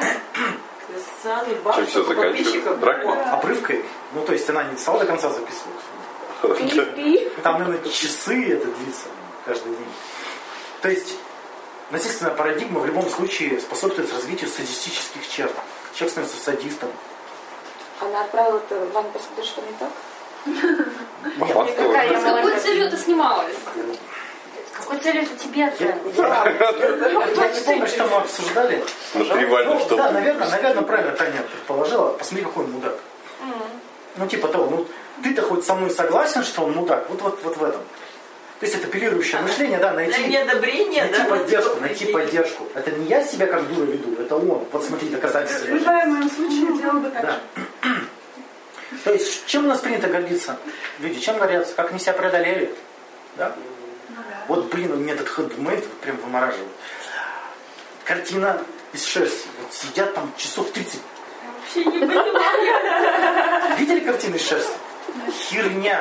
Чем все заканчивается? Дракой? Обрывкой. То есть она не стала до конца записывать. Там, наверное, часы это длится каждый день. То есть насильственная парадигма в любом случае способствует развитию садистических черт. Человек становится садистом. Она отправила это Вань, посмотри, что не так? Нет. С какой целью это снималось? С какой целью это тебе отправила? Я не помню, что мы обсуждали. Смотри, Ваня, что... Да, наверное, правильно Таня предположила. Посмотри, какой он мудак. Типа того, ты-то хоть со мной согласен, что он мудак? Вот в этом. То есть это апеллирующее мышление, да, найти поддержку. Это не я себя как дура веду, это он. Вот смотри, доказательства. В моем случае делал бы так же. То есть, чем у нас принято гордиться? Люди, чем гордятся? Как они себя преодолели? Да? Вот, блин, у меня этот хендмейд прям вымораживает. Картина из шерсти. Вот сидят там часов 30. Вообще не понимаю. Видели картины из шерсти? Херня.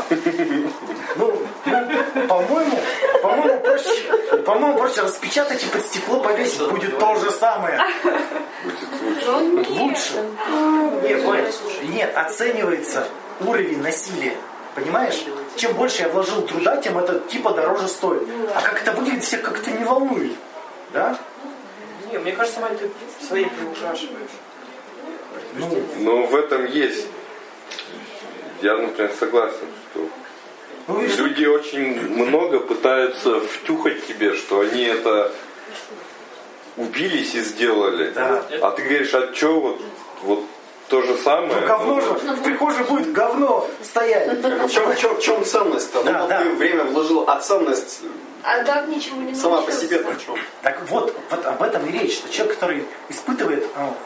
По-моему, проще распечатать и под стекло повесить. Будет то же самое. Лучше. Нет, оценивается уровень насилия. Понимаешь? Чем больше я вложил труда, тем это типа дороже стоит. А как это выглядит, всех как-то не волнует. Да? Не, мне кажется, Вань, ты свои приукрашиваешь. В этом есть. Я, например, согласен, что люди очень много пытаются втюхать тебе, что они это убились и сделали. Да. А ты говоришь, а что вот то же самое. Ну, говно же, в прихожей будет говно стоять. В чем ценность-то? Ну, ты время вложил, а ценность А так ничего не сама по себе в чем? Так вот об этом и речь, что человек, который испытывает,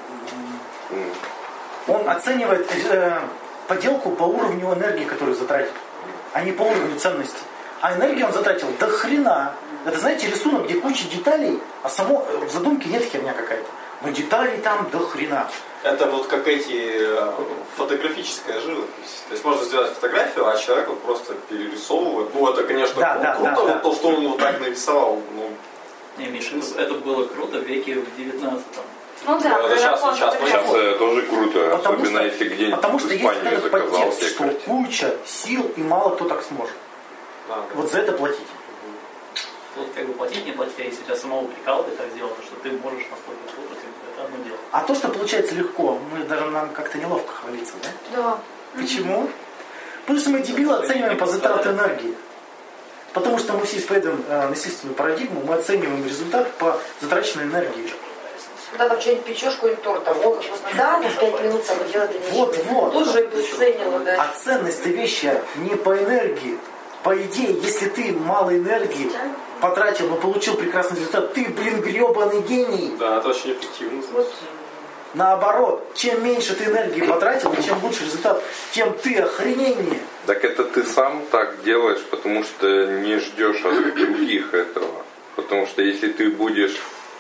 он оценивает поделку по уровню энергии, которую затратил, а не по уровню ценности. А энергию он затратил до хрена. Это, знаете, рисунок, где куча деталей, а в задумке нет херня какая-то. Но деталей там до хрена. Это вот как фотографическая живопись. То есть можно сделать фотографию, а человек вот просто перерисовывает. Ну это, конечно, круто, вот то, что он вот так нарисовал. Не, Миша, это было круто в веке в 19-м. Ну да, сейчас тоже круто, особенно если где-нибудь в Испании заказал себе что куча сил и мало кто так сможет. Вот за это платить. Тут как бы платить, не платить, а если тебя самого прикал, ты так сделал, то что ты можешь настолько круто, это одно дело. А то, что получается легко, нам как-то неловко хвалиться, да? Да. Почему? Потому что мы дебилы оцениваем по затрату энергии. Потому что мы все исповедуем насильственную парадигму, мы оцениваем результат по затраченной энергии. Когда там что-нибудь печешь, какой-нибудь торт, там, как вкусно, да, на 5 минут там делать нечего. Вот. Тут же обесценила, да. А ценность вещи не по энергии. По идее, если ты мало энергии потратил, но получил прекрасный результат, ты, гребаный гений. Да, это очень эффективно. Вот. Наоборот, чем меньше ты энергии потратил, и чем лучше результат, тем ты охрененнее. Так это ты сам так делаешь, потому что не ждешь от других этого. Потому что если ты будешь...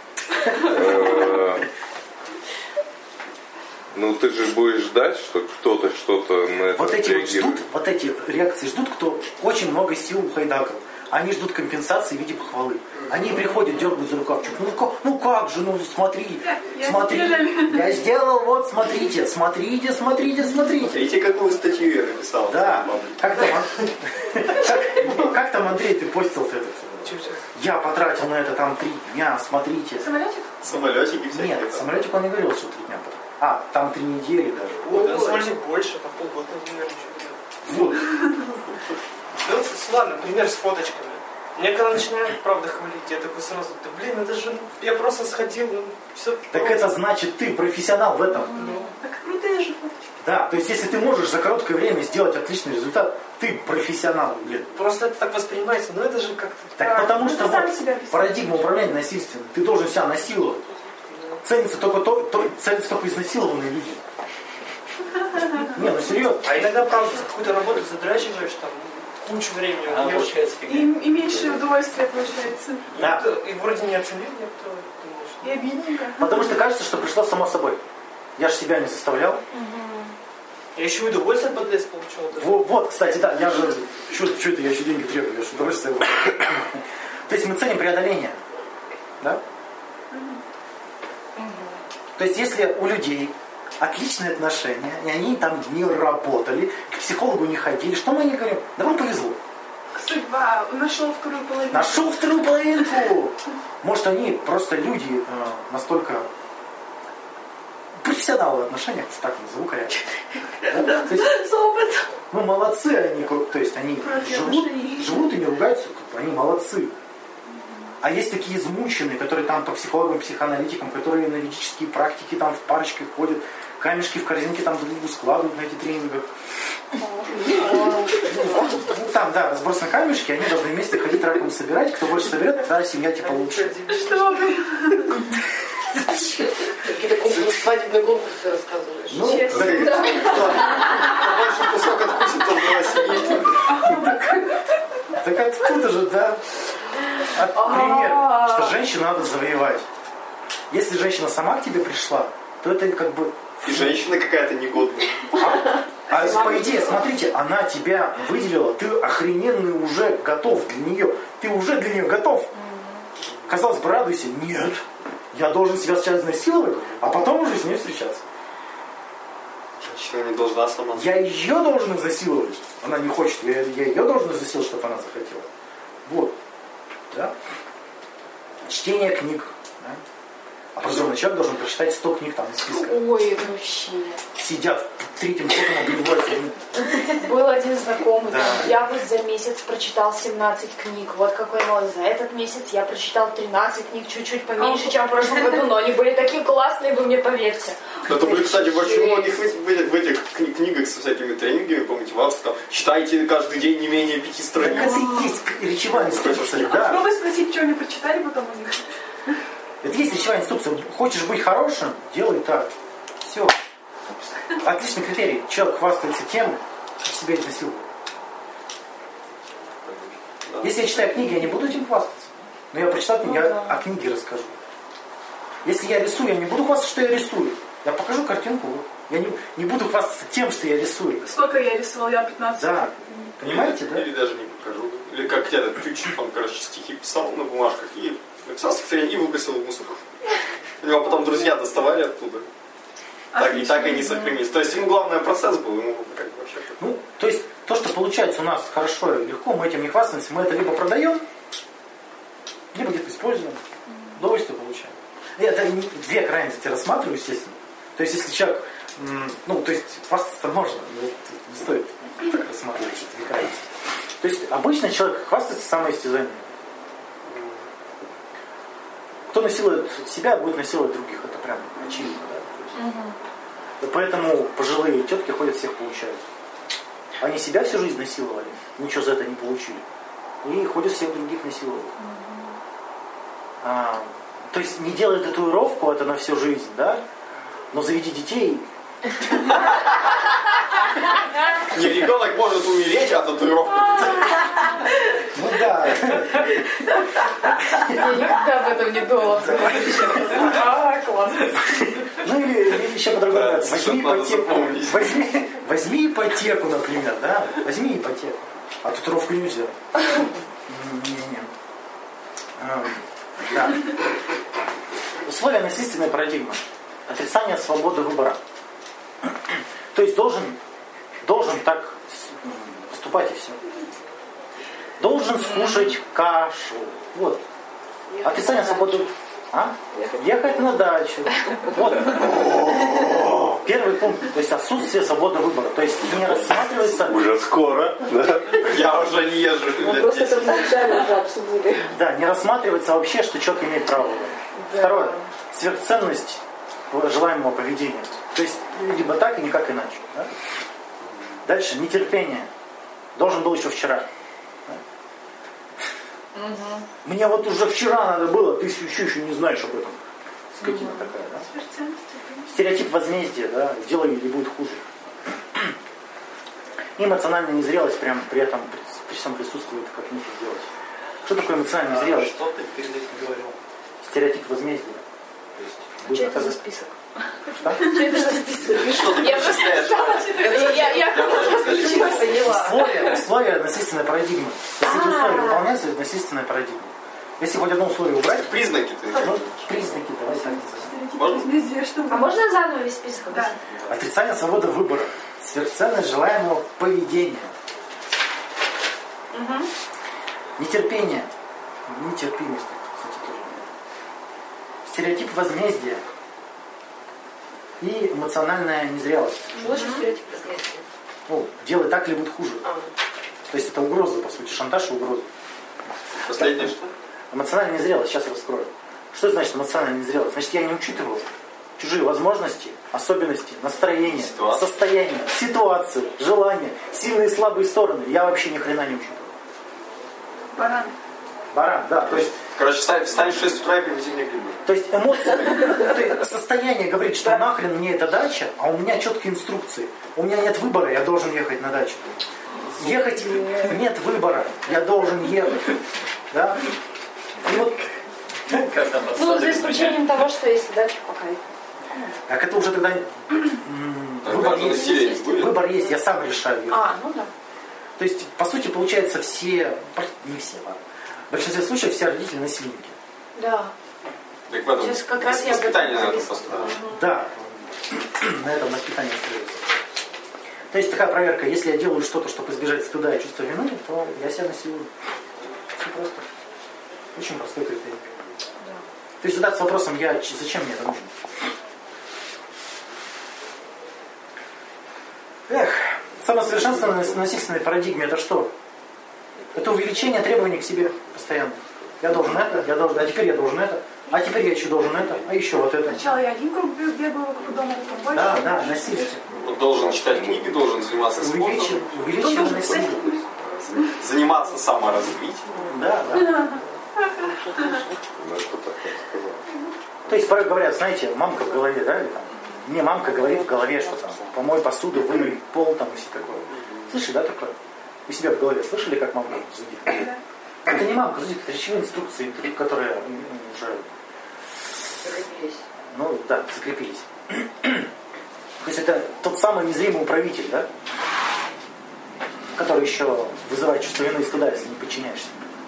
Ну ты же будешь ждать, что кто-то что-то на это реагирует. Вот эти реакции ждут, кто очень много сил ухайдакал. Они ждут компенсации в виде похвалы. Они приходят, дергают за рукавчик. Ну как же, смотри. Я сделал, вот, смотрите. Видите, какую статью я написал? Да. Как там, Андрей, ты постил этот? Я потратил на это там 3 дня, смотрите. Самолетик? Самолетики всякие. Нет, самолетик он не говорил, что 3 дня. Там 3 недели даже. Вот, самолетик больше, по полгода, например, ничего. Вот. Ну, ладно, пример с фоточками. Мне когда начинают, правда, хвалить, я такой сразу, это же, я просто сходил, все. Так это значит, ты профессионал в этом. Так крутые же фоточки. Да, то есть если ты можешь за короткое время сделать отличный результат, ты профессионал, Просто это так воспринимается, но это же как-то... Так потому что парадигма управления насильственной, ты должен себя насиловать. Ценятся только изнасилованные люди. Не, ну серьезно. А иногда, правда, за какую-то работу задрачиваешь, там, кучу времени. Получается фигня. И меньше удовольствия получается. Да. И вроде не оценил никто. И обидненько. Потому что кажется, что пришло само собой. Я же себя не заставлял. Я еще удовольствие от подлец получил. Вот, кстати, да, я же... Что это, я еще деньги требую, я же удовольствие. То есть мы ценим преодоление. Да? То есть если у людей отличные отношения, и они там не работали, к психологу не ходили, что мы не говорим? Да вам повезло. Судьба, нашел вторую половинку. Нашел вторую половинку! Может, они просто люди настолько профессионалы в отношениях, так назову корректно. Да? С опытом. Ну, молодцы они, то есть они живут и не ругаются, они молодцы. А есть такие измученные, которые там по психологам, психоаналитикам, которые на ведические практики там в парочках ходят, камешки в корзинке там друг другу складывают на эти тренингах. Ну, там, да, разброс на камешки, они должны вместе ходить раком собирать. Кто больше соберет, та семья типа лучше. Что вы? Какие-то свадебные конкурсы рассказываешь. Ну, Больше кусок откусит, то была семья. Так откуда же, да? Пример, что женщину надо завоевать. Если женщина сама к тебе пришла, то это как бы... И женщина какая-то негодная. А по идее, смотрите, она тебя выделила, ты охрененный уже готов для нее. Ты уже для нее готов. Казалось бы, радуйся. Нет. Я должен себя сейчас изнасиловать, а потом уже с ней встречаться. Женщина не должна сама. Я ее должен изнасиловать. Она не хочет. Я ее должен изнасиловать, чтобы она захотела. Вот. Да? Чтение книг. Да? Образованный человек должен прочитать 100 книг там из списка. Ой, вообще. Сидят третьим фотом, обливаются. Был один знакомый, Да. я вот за месяц прочитал 17 книг. Вот какой молодец. За этот месяц я прочитал 13 книг, чуть-чуть поменьше, чем в прошлом году, но они были такие классные, вы мне поверьте. Это были, кстати, в очень многих в этих книгах со всякими тренингами, помните, в Австрии, там, читайте каждый день не менее 5 Так страниц. это и есть речевая инструкция, да. Попробуй спросить, что они прочитали потом у них. Это есть речевая инструкция. Хочешь быть хорошим, делай так. Все. Отличный критерий. Человек хвастается тем, что себя изнасилует. Если я читаю книги, я не буду этим хвастаться. Но я прочитал книги, я о книге расскажу. Если я рисую, я не буду хвастаться, что я рисую. Я покажу картинку. Я не буду хвастаться тем, что я рисую. Сколько я рисовал? Я 15. Да. Понимаете, да? Или даже не покажу. Или как где-то Тютчев, он, короче, стихи писал на бумажках и написал стихотворение и выбросил в мусор. У него потом друзья доставали оттуда. И так и не сохранились. То есть ему главное процесс был, ему как бы вообще... Ну, то есть, то, что получается у нас хорошо и легко, мы этим не хвастаемся, мы это либо продаем, либо где-то используем, удовольствие получаем. И это две крайности рассматриваю, естественно. То есть, если человек, ну, то есть, хвастаться-то можно, но не стоит так рассматривать, что это две крайности. То есть, обычно человек хвастается самоистязанием. Кто насилует себя, будет насиловать других. Это прям очевидно, да? И поэтому пожилые тетки ходят, всех получают. Они себя всю жизнь насиловали, ничего за это не получили. И ходят, всех других насиловать. То есть не делай татуировку, это на всю жизнь, да? Но заведи детей. Не, ребенок может умереть, а татуировка... Ну да. Я никогда об этом не думала. Классно. Ну или еще по-другому. Да, Возьми ипотеку, например, да? Возьми ипотеку. А татуировку нельзя. Не-не. Да. Условия насильственной парадигмы. Отрицание свободы выбора. То есть должен так поступать и все. Должен скушать кашу. Вот. Отрицание свободы. Ехать на дачу. Вот. Первый пункт. То есть отсутствие свободы выбора. То есть не рассматривается... Уже скоро. Да? Я уже не езжу. Мы просто это вначале уже обсудили. Да, не рассматривается вообще, что человек имеет право. Да. Второе. Сверхценность желаемого поведения. То есть либо так и никак иначе. Да? Дальше. Нетерпение. Должен был еще вчера. Мне вот уже вчера надо было, ты еще не знаешь об этом. Скотина такая, да? Стереотип возмездия, да, делай или будет хуже. И эмоциональная незрелость прям при этом при всем присутствует, как нечего делать. Что такое эмоциональная незрелость? Что ты перед этим говорил? Стереотип возмездия. Что это за список? Что? Что это за список? Я просто поняла. Условия насильственной парадигмы. Если эти условия выполняются, это насильственная парадигма. Если хоть одно условие убрать... Признаки ты. Ну, признаки, давай так назовем. А можно заново весь список объяснить? Отрицание свободы выбора. Сверхценность желаемого поведения. Нетерпение. Нетерпимость, кстати, тоже. Стереотип возмездия. И эмоциональная незрелость. Лучше стереотип возмездия. Ну, делай так или будет хуже. То есть это угроза, по сути, шантаж и угроза. Последнее что? Эмоциональная незрелость, сейчас раскрою. Что это значит эмоциональная незрелость? Значит, я не учитываю чужие возможности, особенности, настроение, состояние, ситуацию, желания, сильные и слабые стороны. Я вообще ни хрена не учитываю. Баран, да. То есть, короче, встанешь в 6 утра и привези мне грибы. То есть эмоции, состояние говорит, что нахрен мне эта дача, а у меня четкие инструкции. У меня нет выбора, я должен ехать на дачу. Ехать нет выбора, я должен ехать. Да? И вот, ну, за исключением того, что если дача по кайфу. так это уже тогда выбор есть. Выбор есть, я сам решаю. Ну да. То есть, по сути, получается, все, не все, ладно. В большинстве случаев все родители насильники. Да. Так в этом сейчас как раз я воспитание на этом построено. Да, на этом воспитание строится. То есть такая проверка, если я делаю что-то, чтобы избежать стыда и чувства вины, то я себя насилую. Все просто. Очень простой критерий. То есть задаться вопросом, зачем мне это нужно? Самосовершенствование в насильственной парадигме это что? Это увеличение требований к себе постоянно. Я должен это, а теперь я должен это, а теперь я еще должен это, а еще вот это. Сначала я один круг бегаю вокруг дома, потом больше. Да, насильство. Он должен читать книги, должен заниматься спортом. Увеличение насилия. Заниматься саморазвитием. Да. То есть порой говорят, знаете, мамка в голове, да, или там, мне мамка говорит в голове, что там, помой посуду, вымой пол, там и все такое. Слышали, да, такое? У себя в голове слышали, как мамка зудит? Это не мамка зудит, это речевые инструкции, которые уже... Закрепились. Ну, да, закрепились. То есть это тот самый незримый управитель, да? Который еще вызывает чувство вины и стыда, если не подчиняешься.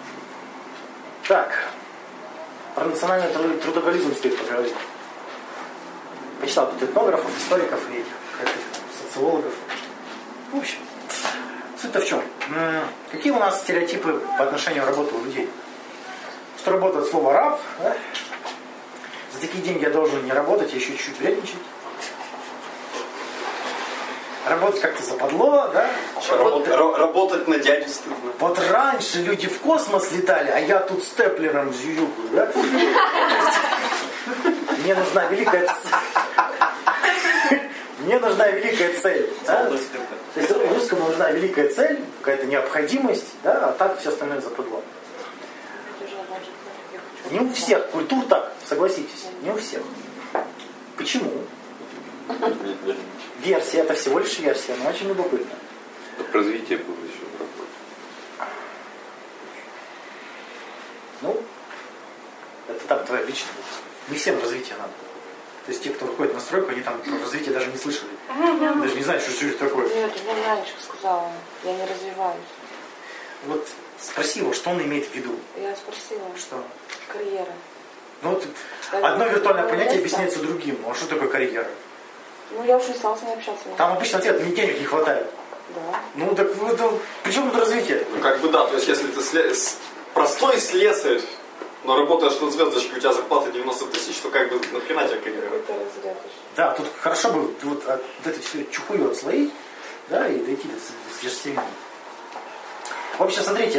Так. Про национальный трудоголизм стоит поговорить. Почитал тут этнографов, историков и этих социологов. В общем, суть-то в чем? Какие у нас стереотипы по отношению к работе у людей? Что работа от слова раб, да? За такие деньги я должен не работать, я еще чуть-чуть вредничать. Работать как-то западло, да? Работать на дядю стыдно. Вот раньше люди в космос летали, а я тут степлером зюзюкаю, да? Мне нужна великая цель. Мне нужна великая цель. Да? То есть русскому нужна великая цель, какая-то необходимость, да? А так все остальное западло. Не у всех культур так, согласитесь, не у всех. Почему? Версия, это всего лишь версия, но очень любопытно. Развитие было еще в работе. Ну, это там твоя личная. Не всем развитие надо. То есть те, кто выходит на стройку, они там про развитие даже не слышали. Даже не знают, что это такое. Нет, я раньше сказала, я не развиваюсь. Вот спроси его, что он имеет в виду. Я спросила. Что? Карьера. Ну вот одно виртуальное понятие объясняется другим. Ну а что такое карьера? Ну я уже не стала с ней общаться. Там обычно ответ, мне денег не хватает. Да. Ну так при чем тут развитие? Ну как бы да, то есть если ты простой слесарь, но работаешь на звездочке, у тебя зарплата 90 тысяч, то как бы нахрена тебе карьера? Да, тут хорошо бы вот эту всю чухую отслоить, да, и дойти до сверхсемейного. В общем, смотрите,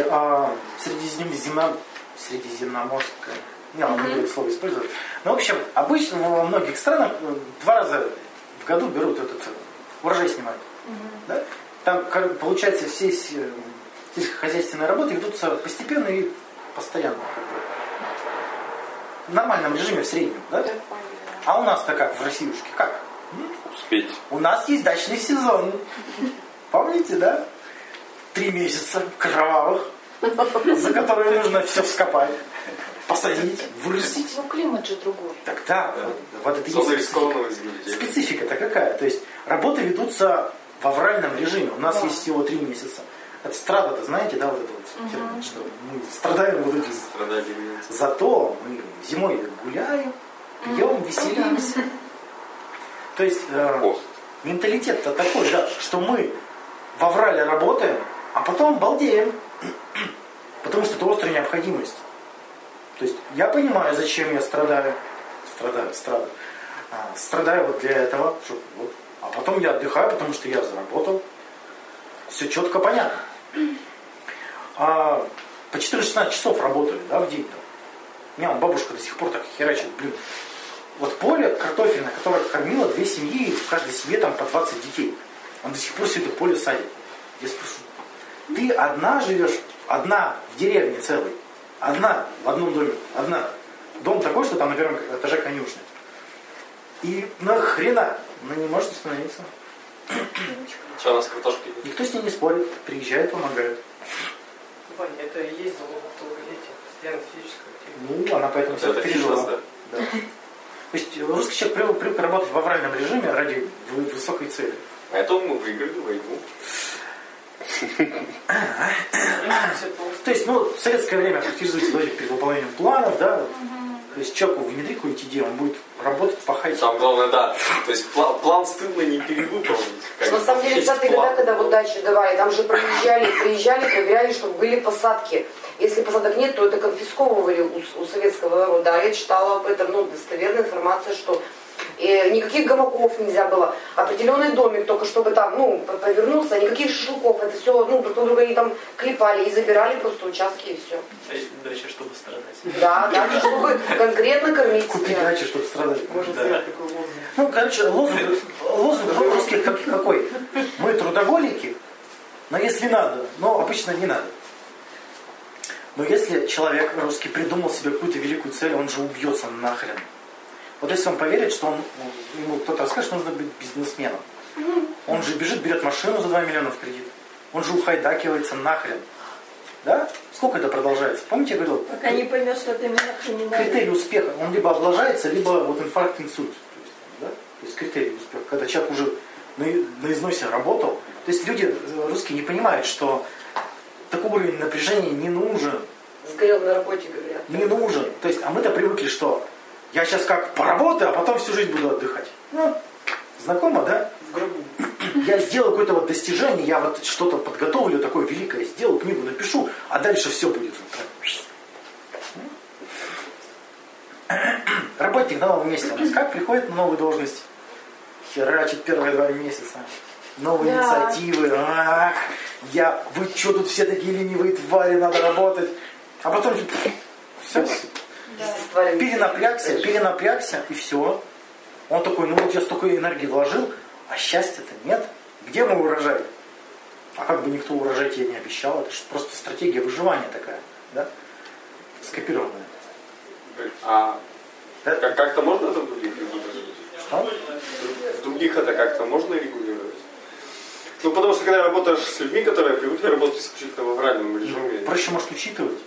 средиземноморская, не могу это слово использовать. Но, в общем, обычно во многих странах 2 раза в году берут этот урожай снимают. Да? Там получается все сельскохозяйственные работы ведутся постепенно и постоянно. Как бы, в нормальном режиме, в среднем. Да? А у нас-то как в Россиюшке? Как? Успеть. У нас есть дачный сезон. Помните, да? 3 месяца кровавых, за которые нужно все вскопать, посадить, вырастить. Ну климат же другой. Так да, вот это есть специфика-то какая. То есть работы ведутся в авральном режиме. У нас есть всего 3 месяца. Это страда-то, знаете, да, вот это вот термин, что мы страдаем вот этим. Зато мы зимой гуляем, пьем, веселимся. То есть менталитет-то такой, да, что мы в аврале работаем, а потом балдеем. Потому что это острая необходимость. То есть я понимаю, зачем я страдаю. Страдаю вот для этого. Вот. А потом я отдыхаю, потому что я заработал. Все четко понятно. По 14-16 часов работали, да, в день. У меня бабушка до сих пор так херачит, Вот поле картофельное, которое кормило 2 семьи, и в каждой семье там по 20 детей. Он до сих пор все это поле садит. Я спрошу, ты одна живешь, одна в деревне целой, одна в одном доме, одна. Дом такой, что там на 1-м этаже конюшня. И нахрена? Она не может остановиться. Что, у нас картошки? Никто с ней не спорит, приезжает, помогает. Вань, это и есть долголетие, постоянно физическое активность. Ну, она поэтому все пережила. Да. То есть русский человек привык работать в авральном режиме ради высокой цели. Поэтому мы выиграли войну. То есть, в советское время характеризуется при выполнением планов, да, То есть человеку внедри какую-нибудь идею, он будет работать, пахать. Самое главное, да. То есть план стыдно не перевыполнить. На самом деле, в 20-е годы, когда вот дачи давали, там же приезжали, проверяли, чтобы были посадки. Если посадок нет, то это конфисковывали у советского народа. А я читала об этом, достоверная информация, что никаких гамаков нельзя было. Определенный домик, только чтобы там, повернуться, никаких шашлыков. Это все, друг на друга они там клепали и забирали просто участки и все. Дача, чтобы страдать. Да, дача, чтобы конкретно кормить Купить себя. дачу, чтобы страдать. Можно сделать такой лозунг. Лозунг русский какой? Мы трудоголики, но если надо, но обычно не надо. Но если человек русский придумал себе какую-то великую цель, он же убьется нахрен. Вот если он поверит, что ему кто-то расскажет, что нужно быть бизнесменом. Он же бежит, берет машину за 2 миллиона в кредит. Он же ухайдакивается нахрен. Да? Сколько это продолжается? Помните, я говорил? Пока не поймет, что это не надо. Критерий успеха. Он либо облажается, либо вот инфаркт, инсульт. То есть критерий успеха. Когда человек уже на износе работал. То есть люди русские не понимают, что такой уровень напряжения не нужен. Сгорел на работе, говорят. Не нужен. То есть, а мы-то привыкли, что я сейчас как поработаю, а потом всю жизнь буду отдыхать. Знакомо, да? В гробу. Я сделаю какое-то вот достижение, я вот что-то подготовлю, такое великое сделаю, книгу напишу, а дальше все будет. Работник на новом месте у нас как приходит на новую должность? Херачит первые 2 месяца. Новые инициативы. Вы что тут все такие ленивые твари, надо работать. А потом все. Перенапрягся и все. Он такой, я столько энергии вложил, а счастья-то нет. Где мой урожай? А как бы никто урожай тебе не обещал, это же просто стратегия выживания такая, да? Скопированная. А как-то можно это в других регулировать? Что? В других это как-то можно регулировать? Потому что когда работаешь с людьми, которые привыкли работать исключительно в авральном режиме. Проще, может, учитывать.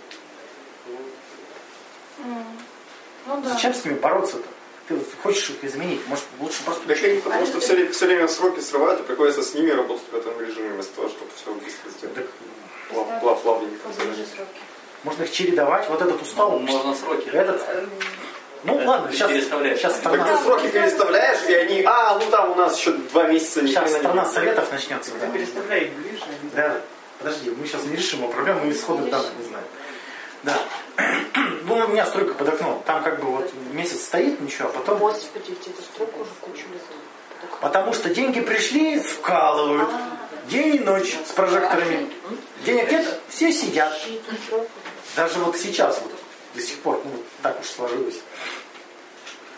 Да. Зачем с ними бороться-то? Ты хочешь их изменить, может, лучше просто... Так они потому что все время сроки срывают, и приходится с ними работать в этом режиме, вместо того, чтобы все быстро сделать. Плавненько. Можно их чередовать, вот этот устал. Можно сроки. Этот... ладно, сейчас страна... Так ты сроки переставляешь, и они, там у нас еще 2 месяца не. Сейчас страна советов начнется. Ты переставляй их ближе. Да, подожди, мы сейчас не решим проблему, мы исходных данных не знаем. Да. У меня стройка под окном. Там как бы вот месяц стоит, ничего, а потом... Господи, эту стройку уже кучу лет. Потому что деньги пришли, вкалывают. День и ночь с прожекторами. Денег нет, все сидят. Даже вот сейчас, вот до сих пор, так уж сложилось.